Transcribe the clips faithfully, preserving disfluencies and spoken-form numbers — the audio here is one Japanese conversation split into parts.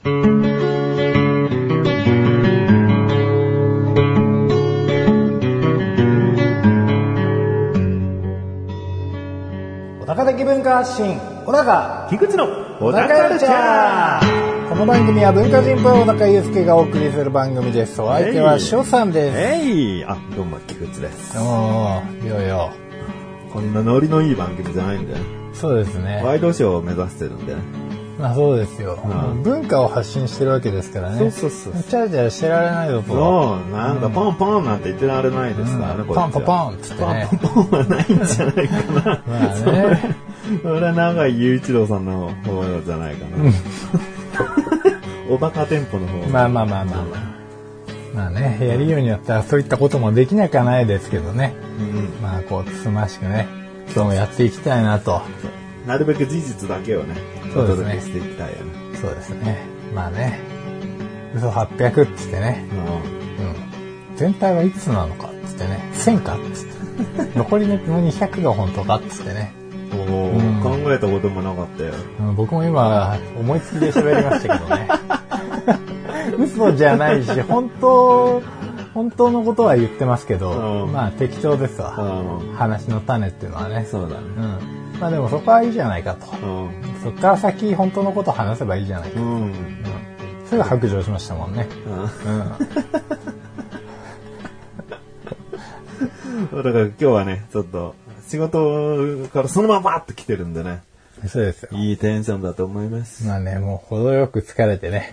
小高的文化発信、小高菊池の小高カルチャー。この番組は文化人っぽい小高祐介がお送りする番組です。お相手は翔さんです。 えい、あ、どうも菊池です。 おー、よよ。 こんなノリのいい番組じゃないんだよ。 そうですね。 ワイドショーを目指してるんで。 まあそうですよ、うん。文化を発信してるわけですからね。 そうそうそう。 チャラチャラしてられないぞと。 そう、なんかポンポンなんて言ってられないですからね。 うん、ポンポンポンっつってね。 ポンポンポンはないんじゃないかな。 まあね。 それは長井雄一郎さんの方じゃないかな。おバカ店舗の方。 まあまあまあまあまあ。まあね、やりようによってはそういったこともできなくはないですけどね。うん、まあこうつつましくね、今日もやっていきたいなと。 なるべく事実だけをね、お届けしていきたいよね。 そうですね。まあね、嘘はっぴゃくっつってね、うんうん、全体はいくつなのかっつってね、せんかっつって残りのにひゃくが本当かっつってね。 おうん、考えたこともなかったよ、 うん、僕も今思いつきで喋りましたけどね嘘じゃないし本当本当のことは言ってますけど、うん、まあ適当ですわ、うん、話の種っていうのはね。 そうだね、 うん、まあでもそこはいいじゃないかと、うん、そこから先本当のこと話せばいいじゃないかと、うんうん、すぐ白状しましたもんね、 うんうん、だから今日はねちょっと仕事からそのままバーッと来てるんでね。 そうですよ。 いいテンションだと思います。 まあね、もう程よく疲れてね。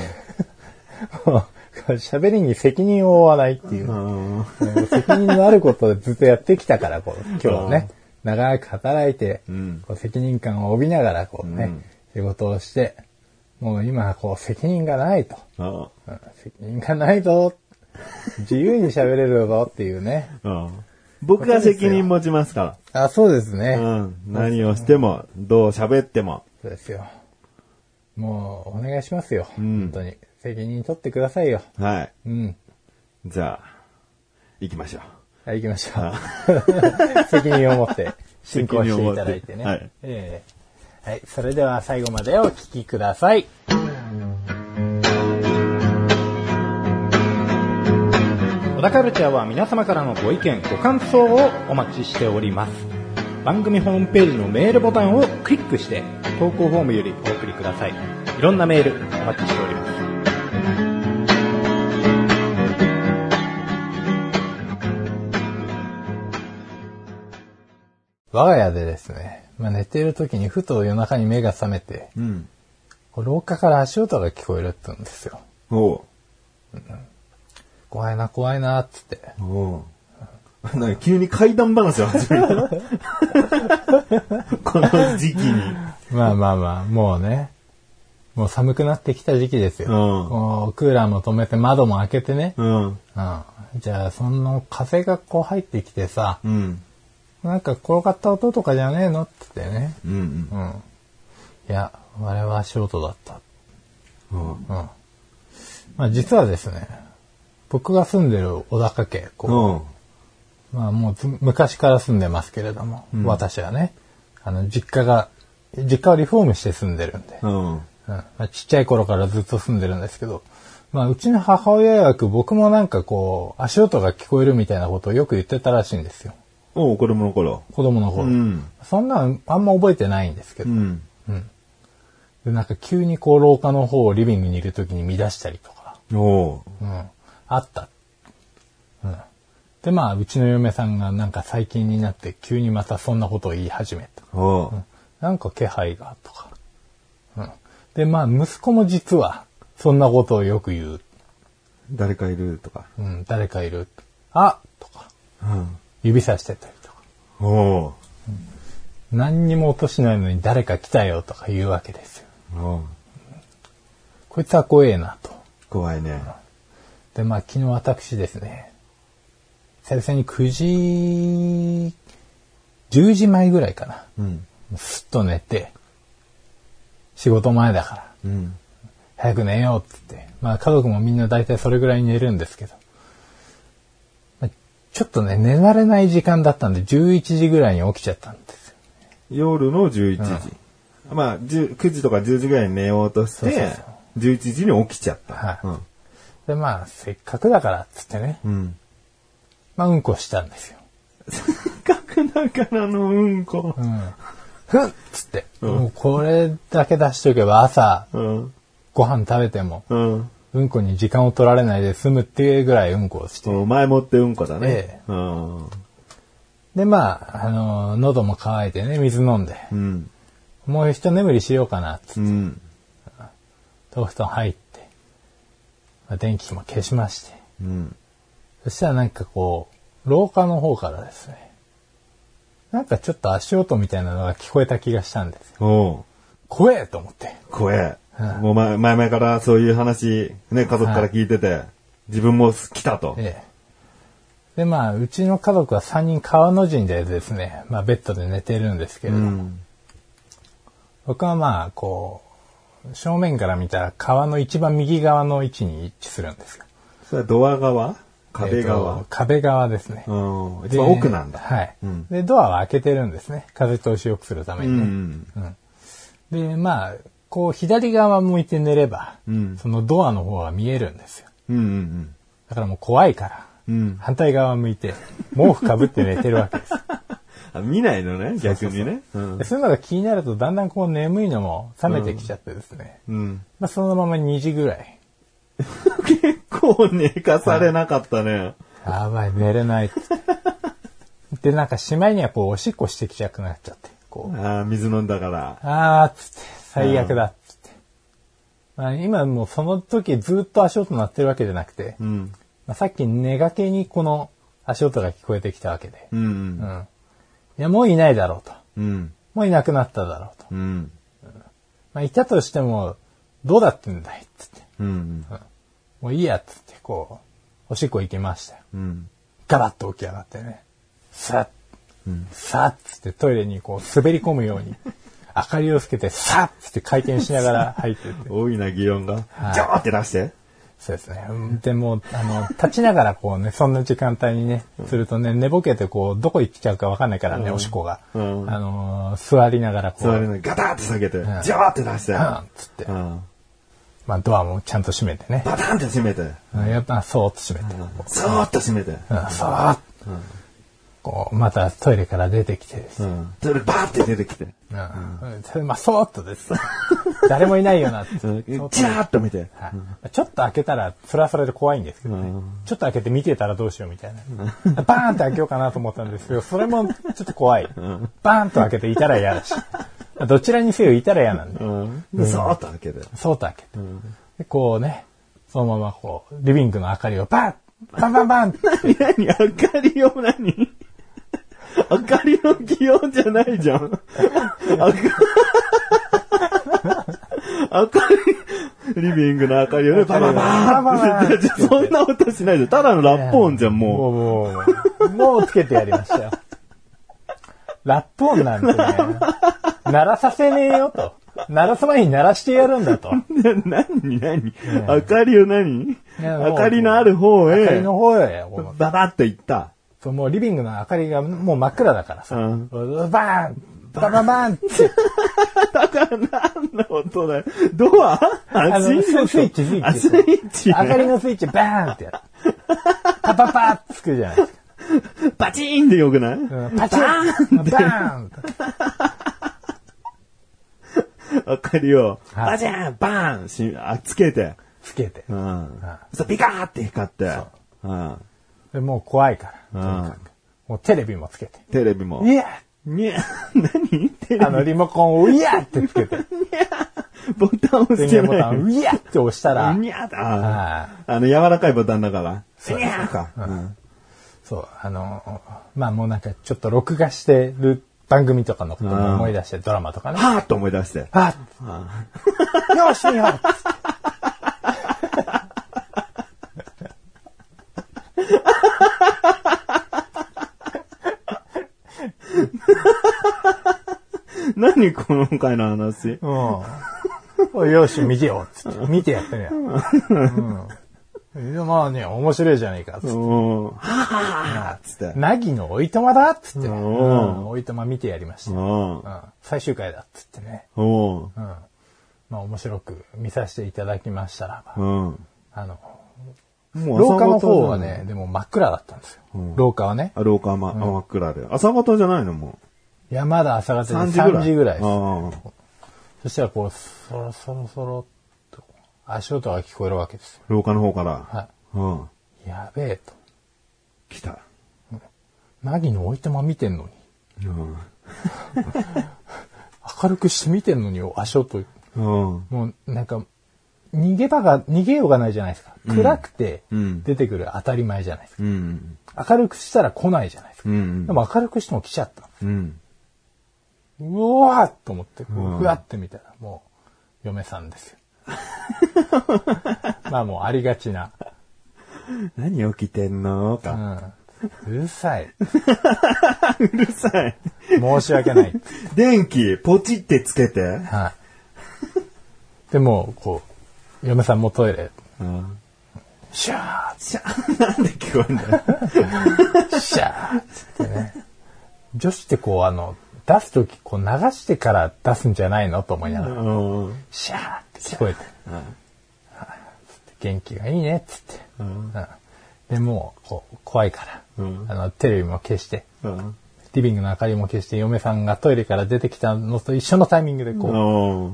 喋りに責任を負わないっていう。責任のあることをずっとやってきたから、こう今日ね、長く働いて、うん、こう責任感を帯びながらこうね、うん、仕事をして、もう今こう責任がないと。うん、責任がないぞ。自由に喋れるぞっていうね。 僕が責任持ちますから。 あ、そうですね。 うん。何をしても、どう喋っても。 そうですよ。もう、お願いしますよ。うん、本当に。責任取ってくださいよ。 はい。 うん。 じゃあ、行きましょう。 はい、行きましょう。責任を持って進行していただいてね。はい、えー。はい。それでは最後までお聞きください。小田カルチャーは皆様からのご意見ご感想をお待ちしております。番組ホームページのメールボタンをクリックして投稿フォームよりお送りください。いろんなメールお待ちしております。我が家でですね、まあ、寝ている時にふと夜中に目が覚めて、うん、廊下から足音が聞こえるって言うんですよ。 おう、 うん、怖いな怖いなっつって。 おう、なんか急に怪談話を始めたこの時期に。 まあまあまあ、もうね、もう寒くなってきた時期ですよ。うん、もうクーラーも止めて窓も開けてね。うんうん、じゃあその風がこう入ってきてさ、うん、なんか転がった音とかじゃねえのって言ってね。うんうんうん、いや、あれは足音だった。うんうん、まあ実はですね、僕が住んでる小高家、こう、まあもう昔から住んでますけれども、うん、私はね、あの実家が実家をリフォームして住んでるんで、うんうん、まあ、ちっちゃい頃からずっと住んでるんですけど、まあうちの母親曰く僕もなんかこう足音が聞こえるみたいなことをよく言ってたらしいんですよ。 おう、子供の頃。 子供の頃、うん、そんなのあんま覚えてないんですけど、うんうん、でなんか急にこう廊下の方をリビングにいる時に乱したりとか、おう、うん、あった。うん、でまあうちの嫁さんがなんか最近になって急にまたそんなことを言い始めた。おう、うん、なんか気配がとか、うん、でまあ息子も実はそんなことをよく言う。 誰かいるとか、 うん、誰かいる。あとか、うん、指さしてたりとか。おう、うん、何にも落としないのに誰か来たよとか言うわけですよ。おう、こいつは怖えなと。 怖いね。うん、 でまあ昨日私ですね、久々にくじじゅうじまえぐらいかな、うん、すっと寝て仕事前だから、うん、早く寝ようっつって、まあ家族もみんな大体それぐらい寝るんですけど、まあ、ちょっとね寝られない時間だったんでじゅういちじぐらいに起きちゃったんですよ。 夜のじゅういちじ、うん、まあくじとかじゅうじぐらいに寝ようとして、そうそうそう、 じゅういちじに起きちゃった。 はい。 うん、 で、まあ、せっかくだからっつってね。うん。まあ、うんこしたんですよ。 せっかくだからのうんこ。うん。 ふんっつって、うん、もうこれだけ出しとけば朝、うん、ご飯食べても、うん、うんこに時間を取られないで済むっていうぐらいうんこをして。 前もってうんこだね。ええ、うん、 で、まあ、あのー、喉も渇いてね、水飲んで、うん、もう一眠りしようかなっつって、うん、お布団入って、まあ、電気も消しまして、うん、そしたらなんかこう、廊下の方からですね、なんかちょっと足音みたいなのが聞こえた気がしたんですよ。お怖えと思って。 怖え。うん、もう前々からそういう話、ね、家族から聞いてて、はい、自分も来たと。ええ。 で、まあ、うちの家族はさんにん川の字でですね、まあ、ベッドで寝てるんですけれども、うん、僕はまあ、こう、正面から見たら川の一番右側の位置に位置するんですよ。 それはドア側？壁側、 えー、壁側ですね。 うん。一番奥なんだ。 はい、うん。で、ドアは開けてるんですね。風通しよくするためにね。うんうん、で、まあ、こう、左側向いて寝れば、うん、そのドアの方は見えるんですよ。うんうんうん、だからもう怖いから、うん、反対側向いて、毛布かぶって寝てるわけです。 あ、見ないのね、逆にね。 そうそうそう、うん、そういうのが気になると、だんだんこう眠いのも冷めてきちゃってですね。うんうん、まあ、そのままにじぐらい。 結構寝かされなかったね。 やばい、寝れないっつって。で、なんかしまいにはこう、おしっこしてきちゃくなっちゃって。こうああ、水飲んだから。 ああ、つって、最悪だっつって。まあ、今もうその時ずっと足音鳴ってるわけじゃなくて、うんまあ、さっき寝がけにこの足音が聞こえてきたわけで。うんうんうん、いや、もういないだろうと。うん、もういなくなっただろうと。うんうんまあ、いたとしても、どうだってんだいっつって。うんうん、もういいやっつって、こう、おしっこ行きましたよ。うん、ガラッと起き上がってね。さっ、うん、さっつってトイレにこう滑り込むように、明かりをつけて、さっつって回転しながら入ってて。 多いな、擬音が。ジョーって出してそうですね。でも、あの、立ちながらこうね、そんな時間帯にね、するとね、寝ぼけてこう、どこ行っちゃうかわかんないからね、うん、おしっこが。うん、あのー、座りながらこう。 座りながらガターって下げて、うん、ジョーって出して。うんつって。 うんまあ、ドアもちゃんと閉めてね。 バタンって閉めて。 うん、やっぱ、そーっと閉めて。 そーっと閉めて。うん、 そーっと。うんこう、またトイレから出てきてです、 うん。トイレバーって出てきて。 うん。うん、まあ、そーっとです。誰もいないよなって。 チラーっと見て、 はいうん。ちょっと開けたら、それはそれで怖いんですけどね。うん、ちょっと開けて見てたらどうしようみたいな。バーンって開けようかなと思ったんですけど、それもちょっと怖い。うん、バーンと開けていたら嫌だし。どちらにせよいたら嫌なんで。 うんうん、そーっと開けて。 そーっと開けて。うん、でこうね、そのままこう、リビングの明かりをバンバンバンバン何何明かりを何明かりの擬音じゃないじゃん。明か明かり、リビングの明かりをね、バババーって。そんな音しないじゃん。ただのラップ音じゃん、もう。 もう、もう、もうつけてやりましたよ。ラップ音なんてね、鳴らさせねえよと。鳴らす前に鳴らしてやるんだと。 何何明かりを何明かりのある方へ。 明かりの方へ。 ババッと行った。 もうリビングの明かりがもう真っ暗だからさ。うん、バーンバババーンって。 だから何の音だよ。ドアあのスイッチ、スイッチ。スイッチ、ね。 明かりのスイッチバーンってやる。パパパーってつくじゃないですか。 パチーンでよくない、うん、 パチーンバーン明かりを、バチーンバーンしあつけて。 つけて。 うん。そうピカーって光って。そう。うんでもう怖いから。うん、もうテレビもつけて。 テレビも。 いやいや何テレビあのリモコンをいやってつけて。 ボタンを押してない。 ボタンをいやって押したら。 いやああの柔らかいボタンだから。 そうか、 うん。そう、あの、まあもうなんかちょっと録画してる番組とかのことも思い出して、ドラマとかね。 はぁっと思い出して。 はぁよし見よう何この回の話。 うん。よし、見てよ。つって見てやってね。うん。いやまあね、面白いじゃないか。つって。ははつって。 なぎのおいとまだつって。うん。おいとま見てやりました。うん。最終回だ。つってね。うん。ままあ面白く見させていただきましたらば、 うん。 あの、 もう廊下の方はね、でも真っ暗だったんですよ。うん、廊下はね。 あ、廊下は、ま、うん、真っ暗で。朝方じゃないのもう。いや、まだ朝方でさんじぐらい。さんじぐらいです。そしたらこう、そろそろそろっと足音が聞こえるわけですよ。 廊下の方から。 はい。うん。やべえと。 来た。 なぎの置いてま見てんのに。うん。明るくして見てんのに足音。うん。もうなんか、逃げ場が、逃げようがないじゃないですか。暗くて出てくる当たり前じゃないですか。うん、明るくしたら来ないじゃないですか。うん、でも明るくしても来ちゃった。うん、うわーっと思って、こうふわって見たら、もう、嫁さんですよ。まあもうありがちな。 何起きてんのか、 うん。うるさい。 うるさい。 申し訳ない。 電気、ポチってつけて。 はい。でも、こう、嫁さんもトイレ。うん、シャーシャーなんで聞こえんだよ。 シャーってね。女子ってこうあの、出すときこう流してから出すんじゃないのと思いながら。うん、シャーって聞こえて。うん、元気がいいねっつって。うんうん、でもうこう怖いから、うん、あのテレビも消して、うん、リビングの明かりも消して嫁さんがトイレから出てきたのと一緒のタイミングでこう、うん、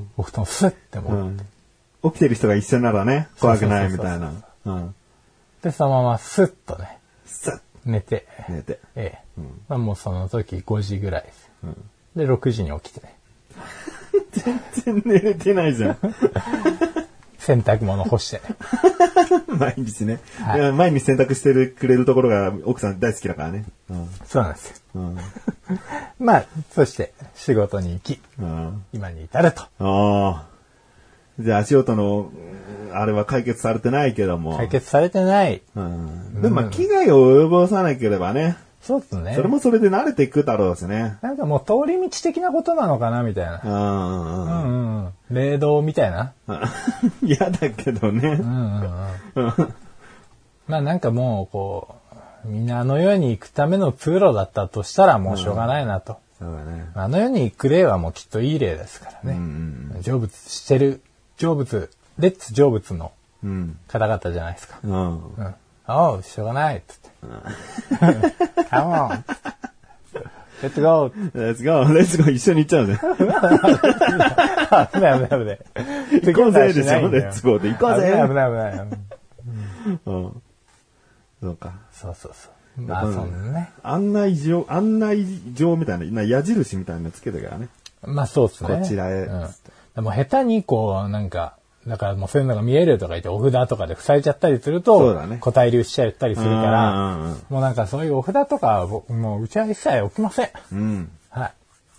お布団スッて持って。 起きてる人が一緒ならね、怖くないみたいな。 で、そのままスッとね、 スッ寝て。 寝て。 ええ。うん、まあもうその時ごじぐらいです。うん、で、ろくじに起きてね。 全然寝れてないじゃん。 洗濯物干してね。 毎日ね、はい。毎日洗濯してるくれるところが奥さん大好きだからね。 うん、そうなんですよ。うん、まあ、そして仕事に行き、うん、今に至ると。 あじゃあ足音の、あれは解決されてないけども。 解決されてない。 うん、でもまあ、危害を及ぼさなければね。 そうですね。 それもそれで慣れていくだろうしね。 なんかもう通り道的なことなのかなみたいな。うんうんうん。霊道みたいな。 嫌だけどね。うんうんうん。まあなんかもうこう、みんなあの世に行くための通路だったとしたらもうしょうがないなと。うん、そうだね。あの世に行く霊はもうきっといい霊ですからね。うんうん、成仏してる。成仏、レッツ成仏の方々じゃないですか。うん。うん。おう、しょうがないっつって。Come on. Let's go. Let's go. Let's go. 一緒に行っちゃうね。 危ない危ない危ない。 行こうぜでしょ。Let's go で行こうぜ。 危ない危ない危ない。 うん。そうか。 そうそうそう。まあ、そんなね。 案内状、案内状みたいな、矢印みたいなのつけてからね。 まあそうですね。 こちらへ。 うんでも下手にこう、なんか、だからもうそういうのが見えるとか言ってお札とかで塞いちゃったりすると、そうだね。個体流しちゃったりするから、もうなんかそういうお札とか、もううちは一切置きません。うん。はい。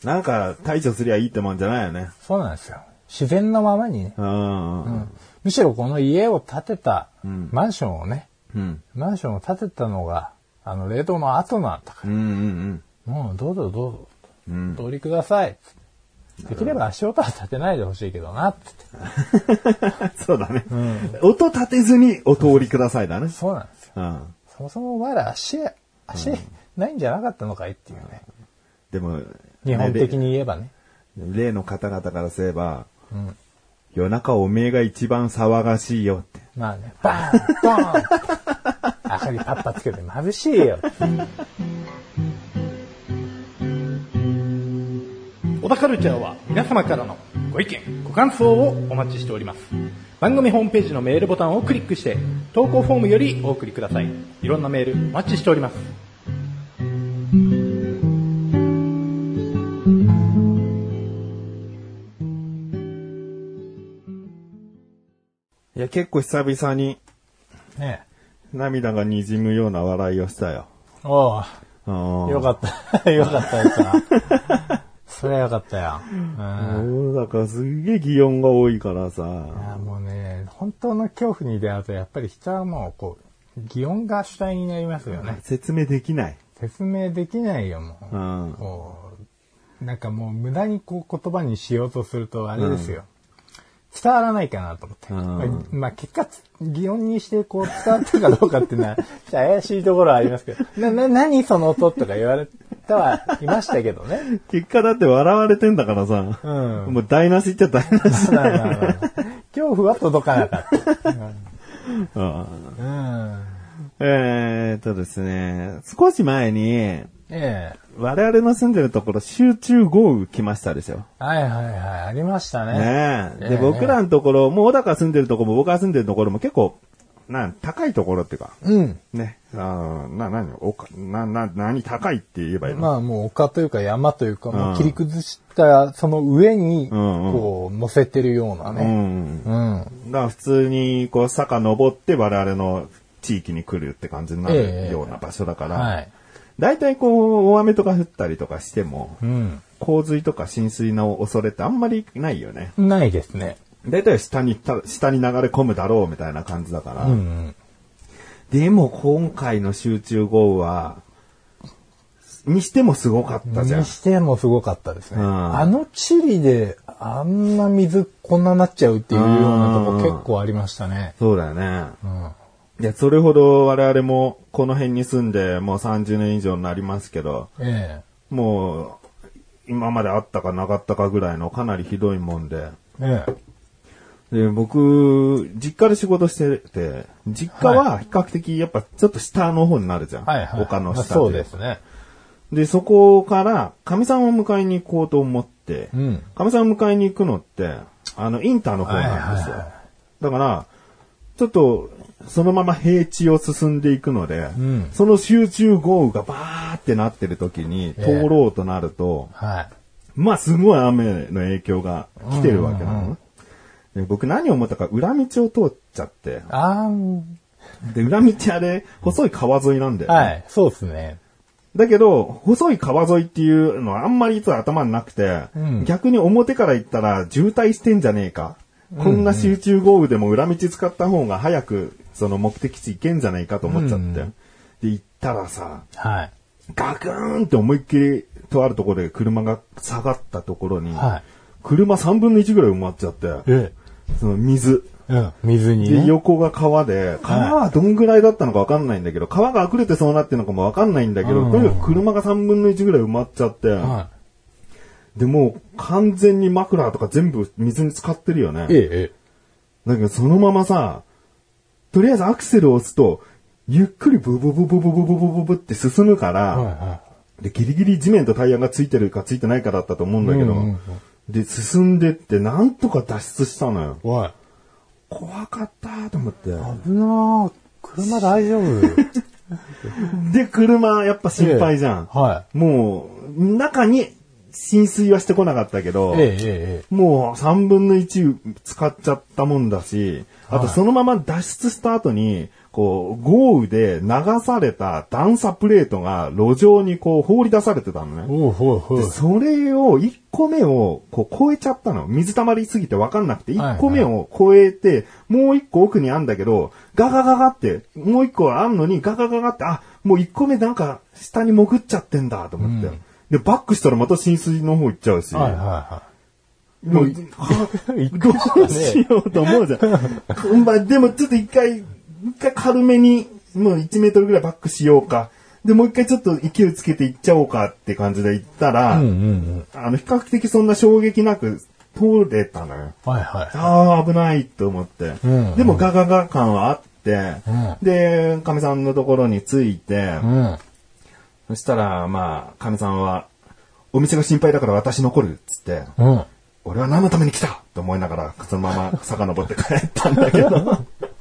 なんか対処すりゃいいってもんじゃないよね。 そうなんですよ。自然のままにね。うん、うん。むしろこの家を建てた、うん、マンションをね、うん、マンションを建てたのが、あの、冷凍の後なんだから。うんうんうん。もうどうぞどうぞ、うん、お通りください。できれば足音は立てないでほしいけどな、って。 そうだね、うん。音立てずにお通りくださいだね。 そうなんですよ。うん、そもそもお前ら足、足、うん、ないんじゃなかったのかいっていうね。 でも、 日本的に言えばね。 例の方々からすれば、うん、夜中おめえが一番騒がしいよって。 まあね、バーンボーン明かりパッパつけて眩しいよ。小田カルチャーは皆様からのご意見、ご感想をお待ちしております。番組ホームページのメールボタンをクリックして投稿フォームよりお送りください。いろんなメールお待ちしております。 いや、結構久々にね涙が滲むような笑いをしたよ。 おうよかったよかったですな。それはよかったよ。 うん、だからすげえ擬音が多いからさ。いやもうね、本当の恐怖に出会うとやっぱり人はもうこう擬音が主体になりますよね。 説明できない。 説明できないよもう。うん、こうなんかもう無駄にこう言葉にしようとするとあれですよ。うん、伝わらないかなと思って。うん、まあ結果擬音にしてこう伝わったかどうかっていうのは怪しいところはありますけど、なな何その音とか言われてはいましたけどね。 結果だって笑われてんだからさ。うん。もう台無しっちゃ台無しだよ。 恐怖は届かなかった。うんうん、えーっとですね、少し前に、ええ、我々の住んでるところ集中豪雨来ましたでしょ。 はいはいはい、ありましたね。 ねえ。で、ええ、僕らのところ、もう小高住んでるところも僕が住んでるところも結構、な、高いところっていうか。うん。ね。あな、なに、おか、な、な、なに高いって言えばいいの？ まあもう丘というか山というか、もう切り崩したその上に、こう、乗せてるようなね。うん。うん。 だから普通に、こう、坂登って我々の地域に来るって感じになるような場所だから。ええ、はい。大体こう、大雨とか降ったりとかしても、うん。洪水とか浸水の恐れってあんまりないよね。 ないですね。 だいたい下に、下に流れ込むだろうみたいな感じだから。うんうん、でも今回の集中豪雨は、にしてもすごかったじゃん。 にしてもすごかったですね。うん、あのチリであんな水こんななっちゃうっていうようなとこ結構ありましたね。 そうだよね。うん、で、それほど我々もこの辺に住んでもうさんじゅうねん以上になりますけど、ええ、もう今まであったかなかったかぐらいのかなりひどいもんで、ええで、僕、実家で仕事してて、実家は比較的やっぱちょっと下の方になるじゃん。はいはい、丘の下で。 そうですね。 で、そこから神さんを迎えに行こうと思って、うん、神さんを迎えに行くのって、あの、インターの方なんですよ。はいはいはい、だから、ちょっと、そのまま平地を進んでいくので、うん、その集中豪雨がバーってなってる時に通ろうとなると、えーはい、まあすごい雨の影響が来てるわけなの。うんうんうんで僕何を思ったか裏道を通っちゃって。あで、裏道あれ、細い川沿いなんだよね。 はい、そうですね。 だけど、細い川沿いっていうのはあんまり実は頭になくて、うん、逆に表から言ったら渋滞してんじゃねえか。うんうん、こんな集中豪雨でも裏道使った方が早くその目的地行けんじゃねえかと思っちゃって。うん、で、行ったらさ、はい、ガクーンって思いっきりとあるところで車が下がったところに、はい、車さんぶんのいちぐらい埋まっちゃって、ええその水。 うん、水に、ね。 で、横が川で、川はどんぐらいだったのかわかんないんだけど、川が溢れてそうなってるのかもわかんないんだけど、とにかく車がさんぶんのいちぐらい埋まっちゃって、はい、で、もう完全にマフラーとか全部水に浸かってるよね。ええ。だけどそのままさ、とりあえずアクセルを押すと、ゆっくりブブブブブブブブブブって進むから、はいはい、で、ギリギリ地面とタイヤがついてるかついてないかだったと思うんだけど、うんうんうんで、進んでって、なんとか脱出したのよ。おい。怖かったと思って。 危なー。車大丈夫で、車、やっぱ心配じゃん。ええ、はい。もう、中に浸水はしてこなかったけど、ええええ、もうさんぶんのいち使っちゃったもんだし、あとそのまま脱出した後に、こう、豪雨で流された段差プレートが路上にこう放り出されてたのね。おうほうほうでそれをいっこめをこう越えちゃったの。水溜まりすぎて分かんなくていっこめを越えて、はいはい、もういっこ奥にあんだけど、ガガガガって、もういっこあんのにガガガガって、あ、もういっこめなんか下に潜っちゃってんだと思って。うん、で、バックしたらまた浸水の方行っちゃうし。はいはいはい。もう、どうしようと思うじゃん。まあ、でもちょっと一回、一回軽めに、もういちメートルぐらいバックしようか。で、もう一回ちょっと勢いつけていっちゃおうかって感じで行ったら、うんうんうん、あの、比較的そんな衝撃なく通れたのよ。はいはい。ああ、危ないと思って。うんうん、でもガガガ感はあって、うん、で、亀さんのところに着いて、うん、そしたら、まあ、亀さんは、お店が心配だから私残るっつって、うん、俺は何のために来たと思いながら、そのまま遡って帰ったんだけど。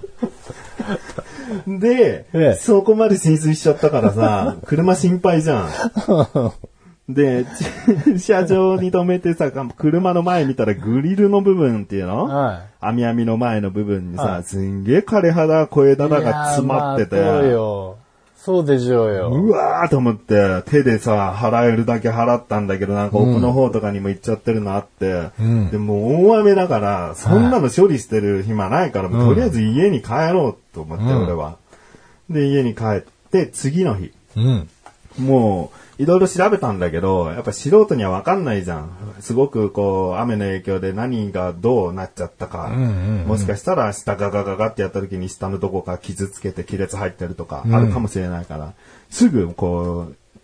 で、ええ、そこまで浸水しちゃったからさ、車心配じゃん。で、駐車場に止めてさ、車の前見たらグリルの部分っていうの、はい、網網の前の部分にさ、はい、すんげえ枯葉小枝だが詰まってて。 そうよ。そうでしょうよ。 うわーと思って、手でさ、払えるだけ払ったんだけど、なんか奥の方とかにも行っちゃってるのあって、うん、でも大雨だから、そんなの処理してる暇ないから、もうとりあえず家に帰ろうと思って、うん、俺は。で、家に帰って、次の日。うん、もう、いろいろ調べたんだけど、やっぱ素人にはわかんないじゃん。すごくこう、雨の影響で何がどうなっちゃったか。うんうんうん、もしかしたら下ガガガガってやった時に下のどこか傷つけて亀裂入ってるとか、あるかもしれないから、うん、すぐこう、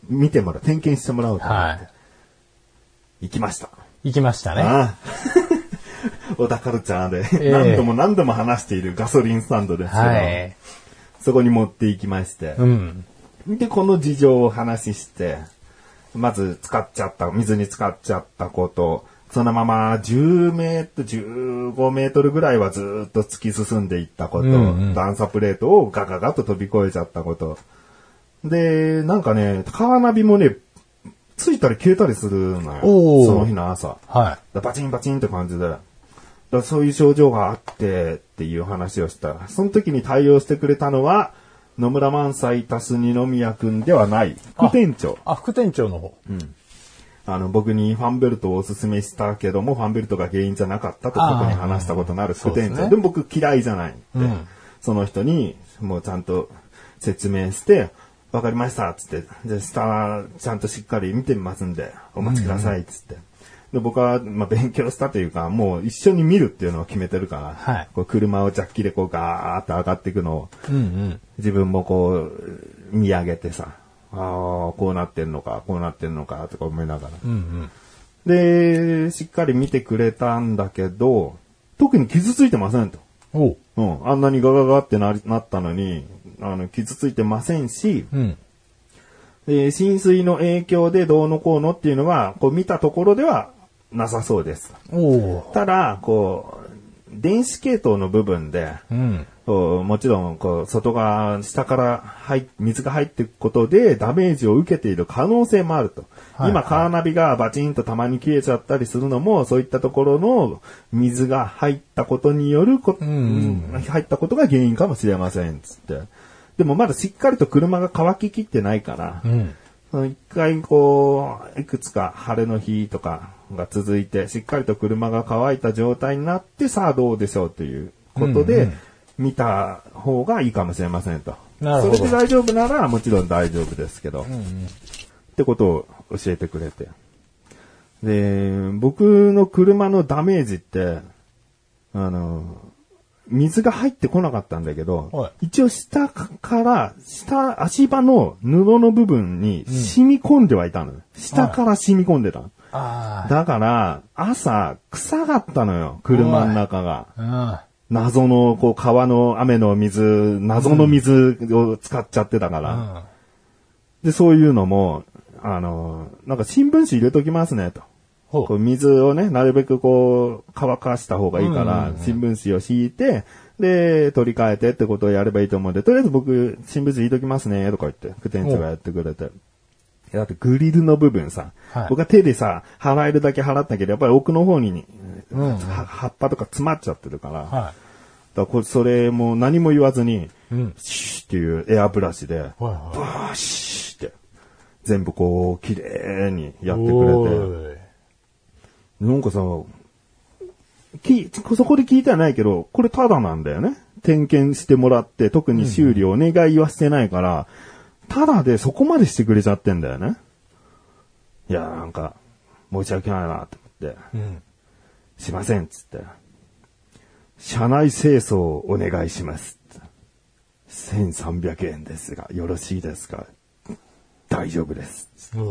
見てもらう、点検してもらおうと思って。はい。行きました。 行きましたね。ああ小田カルチャーで、えー、何度も何度も話しているガソリンスタンドですけど、はい、そこに持って行きまして、うん、で、この事情を話して、まず使っちゃった、水に使っちゃったこと、そのままじゅうメートル、じゅうごメートルぐらいはずっと突き進んでいったこと、うんうん、段差プレートをガガガッと飛び越えちゃったこと。で、なんかね、カーナビもね、ついたり消えたりするのよ。その日の朝。はい。バチンバチンって感じで。だそういう症状があってっていう話をした。その時に対応してくれたのは、野村萬斎たす二宮くんではない、副店長。 あ、あ副店長の方。 うん。あの、僕にファンベルトをおすすめしたけども、ファンベルトが原因じゃなかったと過去に話したことのある副店長。で, ね、でも僕嫌いじゃないって、うん。その人にもうちゃんと説明して、わかりましたっつって、じゃあ下ちゃんとしっかり見てみますんで、お待ちくださいっつって。うんうん、で僕は、まあ、勉強したというか、もう一緒に見るっていうのを決めてるから、はい、こう車をジャッキでこうガーッと上がっていくのを、うんうん、自分もこう見上げてさ、ああ、こうなってんのか、こうなってんのか、とか思いながら、うんうん。で、しっかり見てくれたんだけど、特に傷ついてませんと。おう。うん。あんなにガガガってな、なったのに、あの、傷ついてませんし、うん。で、浸水の影響でどうのこうのっていうのは、こう見たところではなさそうです。おただ、こう、電子系統の部分で、うん、もちろん、こう、外側、下から入水が入っていくことでダメージを受けている可能性もあると。はいはい、今、カーナビがバチンとたまに消えちゃったりするのも、そういったところの水が入ったことによるこ、うんうん、入ったことが原因かもしれません、つって。でもまだしっかりと車が乾ききってないから、うん、一回こう、いくつか晴れの日とかが続いて、しっかりと車が乾いた状態になって、さあどうでしょうということで、うんうん、見た方がいいかもしれませんと。なるほど。それで大丈夫ならもちろん大丈夫ですけど、うんうん、ってことを教えてくれて。で、僕の車のダメージって、あの、水が入ってこなかったんだけど、はい、一応下から、下、足場の布の部分に染み込んではいたのよ。うん、下から染み込んでた。はい、だから、朝、臭かったのよ、車の中が。うん、謎の、こう、川の雨の水、謎の水を使っちゃってたから。うん、で、そういうのも、あの、なんか新聞紙入れときますね、と。こう水をね、なるべくこう、乾かした方がいいから、新聞紙を敷いて、で、取り替えてってことをやればいいと思うんで、とりあえず僕、新聞紙入れときますね、とか言って、副店長がやってくれて。だってグリルの部分さ、はい、僕は手でさ、払えるだけ払ったけど、やっぱり奥の方に、うんうん、葉っぱとか詰まっちゃってるから、はい、だからこれそれも何も言わずに、うん、シューっていうエアブラシで、はいはい、バーシーって、全部こう、綺麗にやってくれて、なんかさ、き、そこで聞いてはないけど、これタダなんだよね。点検してもらって、特に修理お願いはしてないから、うん、タダでそこまでしてくれちゃってんだよね。いや、なんか、申し訳ないなと思って、うん、しませんっつって、車内清掃をお願いしますって。せんさんびゃくえんですが、よろしいですか？大丈夫です。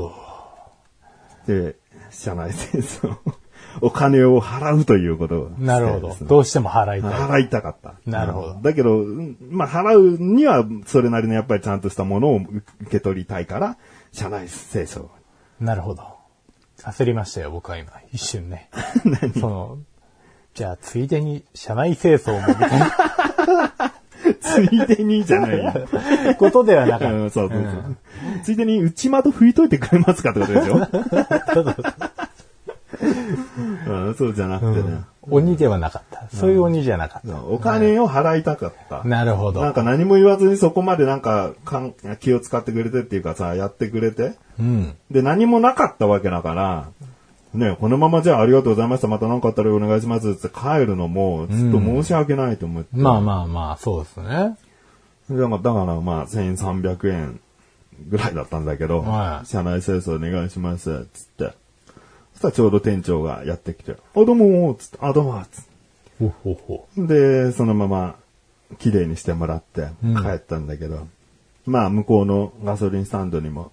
で、車内清掃、お金を払うということを、ね。 なるほど。どうしても払いたい。 払いたかった。 なるほど。 だけど、まあ、払うには、それなりのやっぱりちゃんとしたものを受け取りたいから、車内清掃。 なるほど。焦りましたよ、僕は今。一瞬ね。 何その、じゃあ、ついでに、車内清掃もみたいな。 ついでにじゃないよ。 ことではなかった。うん、 そうそうそう。うん、ついでに内窓拭いといてくれますかってことでしょうん、そうじゃなくてね、うん。 鬼ではなかった。そういう鬼じゃなかった。 うん、お金を払いたかった。 なるほど。 なんか何も言わずにそこまでなんか気を使ってくれてっていうかさ、やってくれて。うん、で、何もなかったわけだから、ね、このままじゃあありがとうございました。また何かあったらお願いしますって帰るのも、ちょっと申し訳ないと思って。 うん、まあまあまあ、そうですね。 だから、だからまあ、せんさんびゃくえんぐらいだったんだけど、はい、車内清掃お願いします、つって。そしたらちょうど店長がやってきて、あ、どうもー、つって、あ、どうもー、つって。 ほほほ。 で、そのまま、綺麗にしてもらって帰ったんだけど、うん、まあ、向こうのガソリンスタンドにも、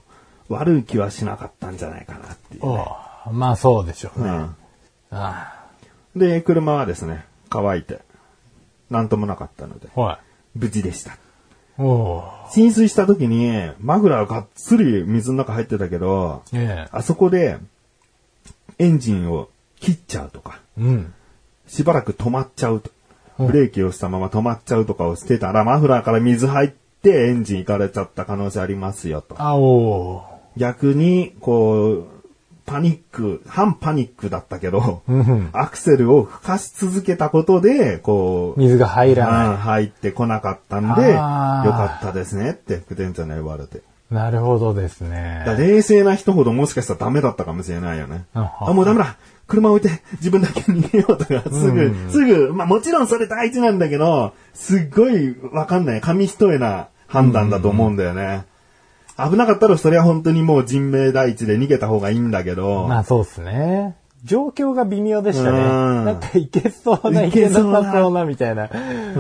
悪い気はしなかったんじゃないかなっていう、ね。 まあそうでしょうね。うん、ああで、車はですね、乾いて、なんともなかったので、はい、無事でした。お浸水した時に、マフラーがっつり水の中入ってたけど、ええ、あそこで、エンジンを切っちゃうとか、うん、しばらく止まっちゃうと、ブレーキをしたまま止まっちゃうとかをしてたら、マフラーから水入ってエンジンいかれちゃった可能性ありますよと。あお逆に、こう、パニック、半パニックだったけど、うん、アクセルを吹かし続けたことで、こう、 水が入らない。 入ってこなかったんで、よかったですねって副店長に言われて。 なるほどですね。 冷静な人ほどもしかしたらダメだったかもしれないよね。あ、もうダメだ車置いて自分だけ逃げようとか、すぐ、うん、すぐ、まあもちろんそれ大事なんだけど、すっごいわかんない、紙一重な判断だと思うんだよね。うん、危なかったらそれは本当にもう人命第一で逃げた方がいいんだけど。 まあそうですね。状況が微妙でしたね。なんかいけそうな、いけなさそうなみたいな。 うん。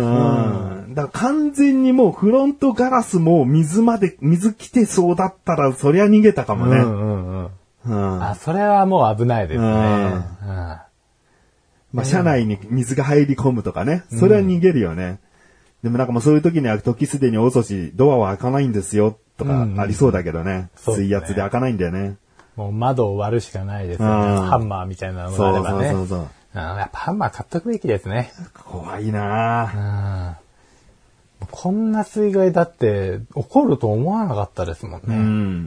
だから完全にもうフロントガラスも水まで、水来てそうだったらそりゃ逃げたかもね。うんうんうん。 うん、あ、それはもう危ないですね。うんうん、 まあ車内に水が入り込むとかね。それは逃げるよね。うん、でもなんかもうそういう時には時すでに遅し、ドアは開かないんですよとかありそうだけどね。うんうん、水圧で開かないんだよね。 もう窓を割るしかないですよね。ハンマーみたいなのがあればね。そうそうそうそう。やっぱハンマー買っとくべきですね。 怖いなぁ。 こんな水害だって起こると思わなかったですもんね。うんうん、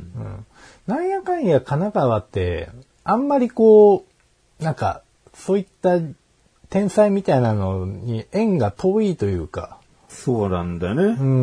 なんやかんや神奈川ってあんまりこうなんかそういった天災みたいなのに縁が遠いというか。 そうなんだね。うんうんうん、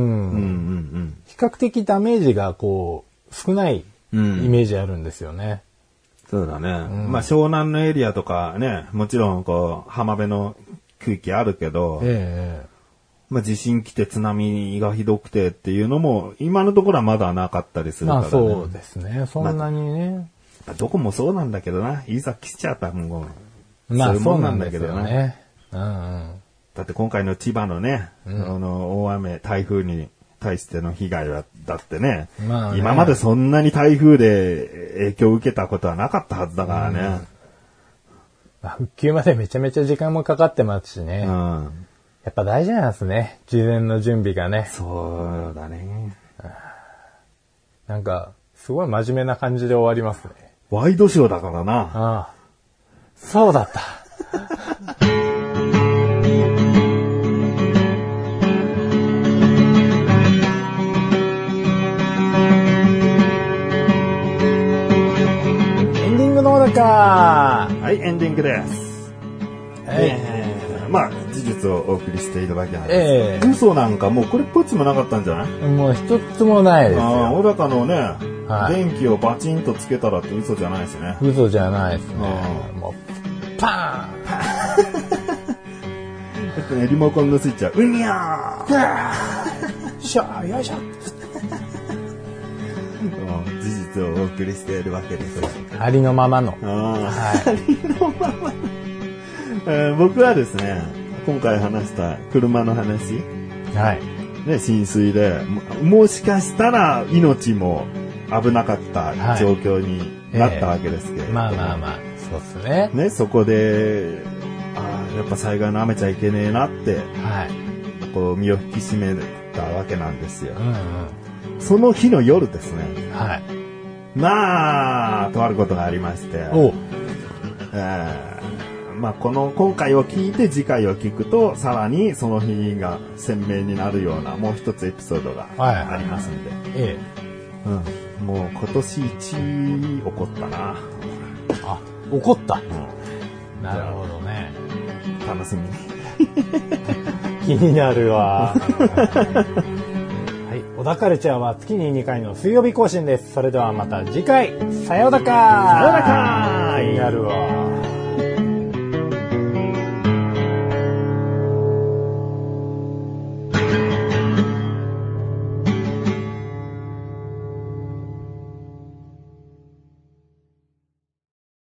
比較的ダメージがこう少ないイメージあるんですよね。 うん、そうだね。うん、まあ湘南のエリアとかね、もちろんこう浜辺の区域あるけど。ええまあ、地震来て津波がひどくてっていうのも今のところはまだなかったりするからね。 まあそうですね。そんなにね。 まあ、どこもそうなんだけどな。いざ来ちゃったらもう。 まあそういうもんなんだけどね。うんうん、 だって今回の千葉のね、うん、あの大雨、台風に対しての被害はだってね、まあね、今までそんなに台風で影響を受けたことはなかったはずだからね。うんまあ、復旧までめちゃめちゃ時間もかかってますしね。うんやっぱ大事なんですね。事前の準備がね。 そうだね。 なんか、すごい真面目な感じで終わりますね。 ワイドショーだからな。ああそうだった。エンディングのだか。 はい、エンディングです。はい。えーまあ、事実をお送りしているだけなんですけど、えー、嘘なんかもうこれっぽっちもなかったんじゃない？ もう一つもないですよ。 ああ、小高のね、はい、電気をバチンとつけたらって嘘じゃないですね。 嘘じゃないですね。もう、パーンパーンえっとね、リモコンのスイッチは、うにゃーしょよいしょ事実をお送りしているわけですよ。 ありのままの。 あ、はい、ありのままの。えー、僕はですね、今回話した車の話、はい、ね、浸水で も, もしかしたら命も危なかった状況になったわけですけれども、 はいえー、まあまあまあそうですね。 ね、そこであやっぱ災害の雨ちゃいけねえなって、はい、こう身を引き締めたわけなんですよ。うんうん、その日の夜ですね。はい、まあとあることがありまして。おえーまあ、この今回を聞いて次回を聞くとさらにその日が鮮明になるようなもう一つエピソードがありますんで、はいはいはいええうん、もう今年一起こったなあ起こった、うん、なるほどね楽しみ気になるわはい、小田カルチャーは月ににかいの水曜日更新です。それではまた次回さようだかさようだか気になるわ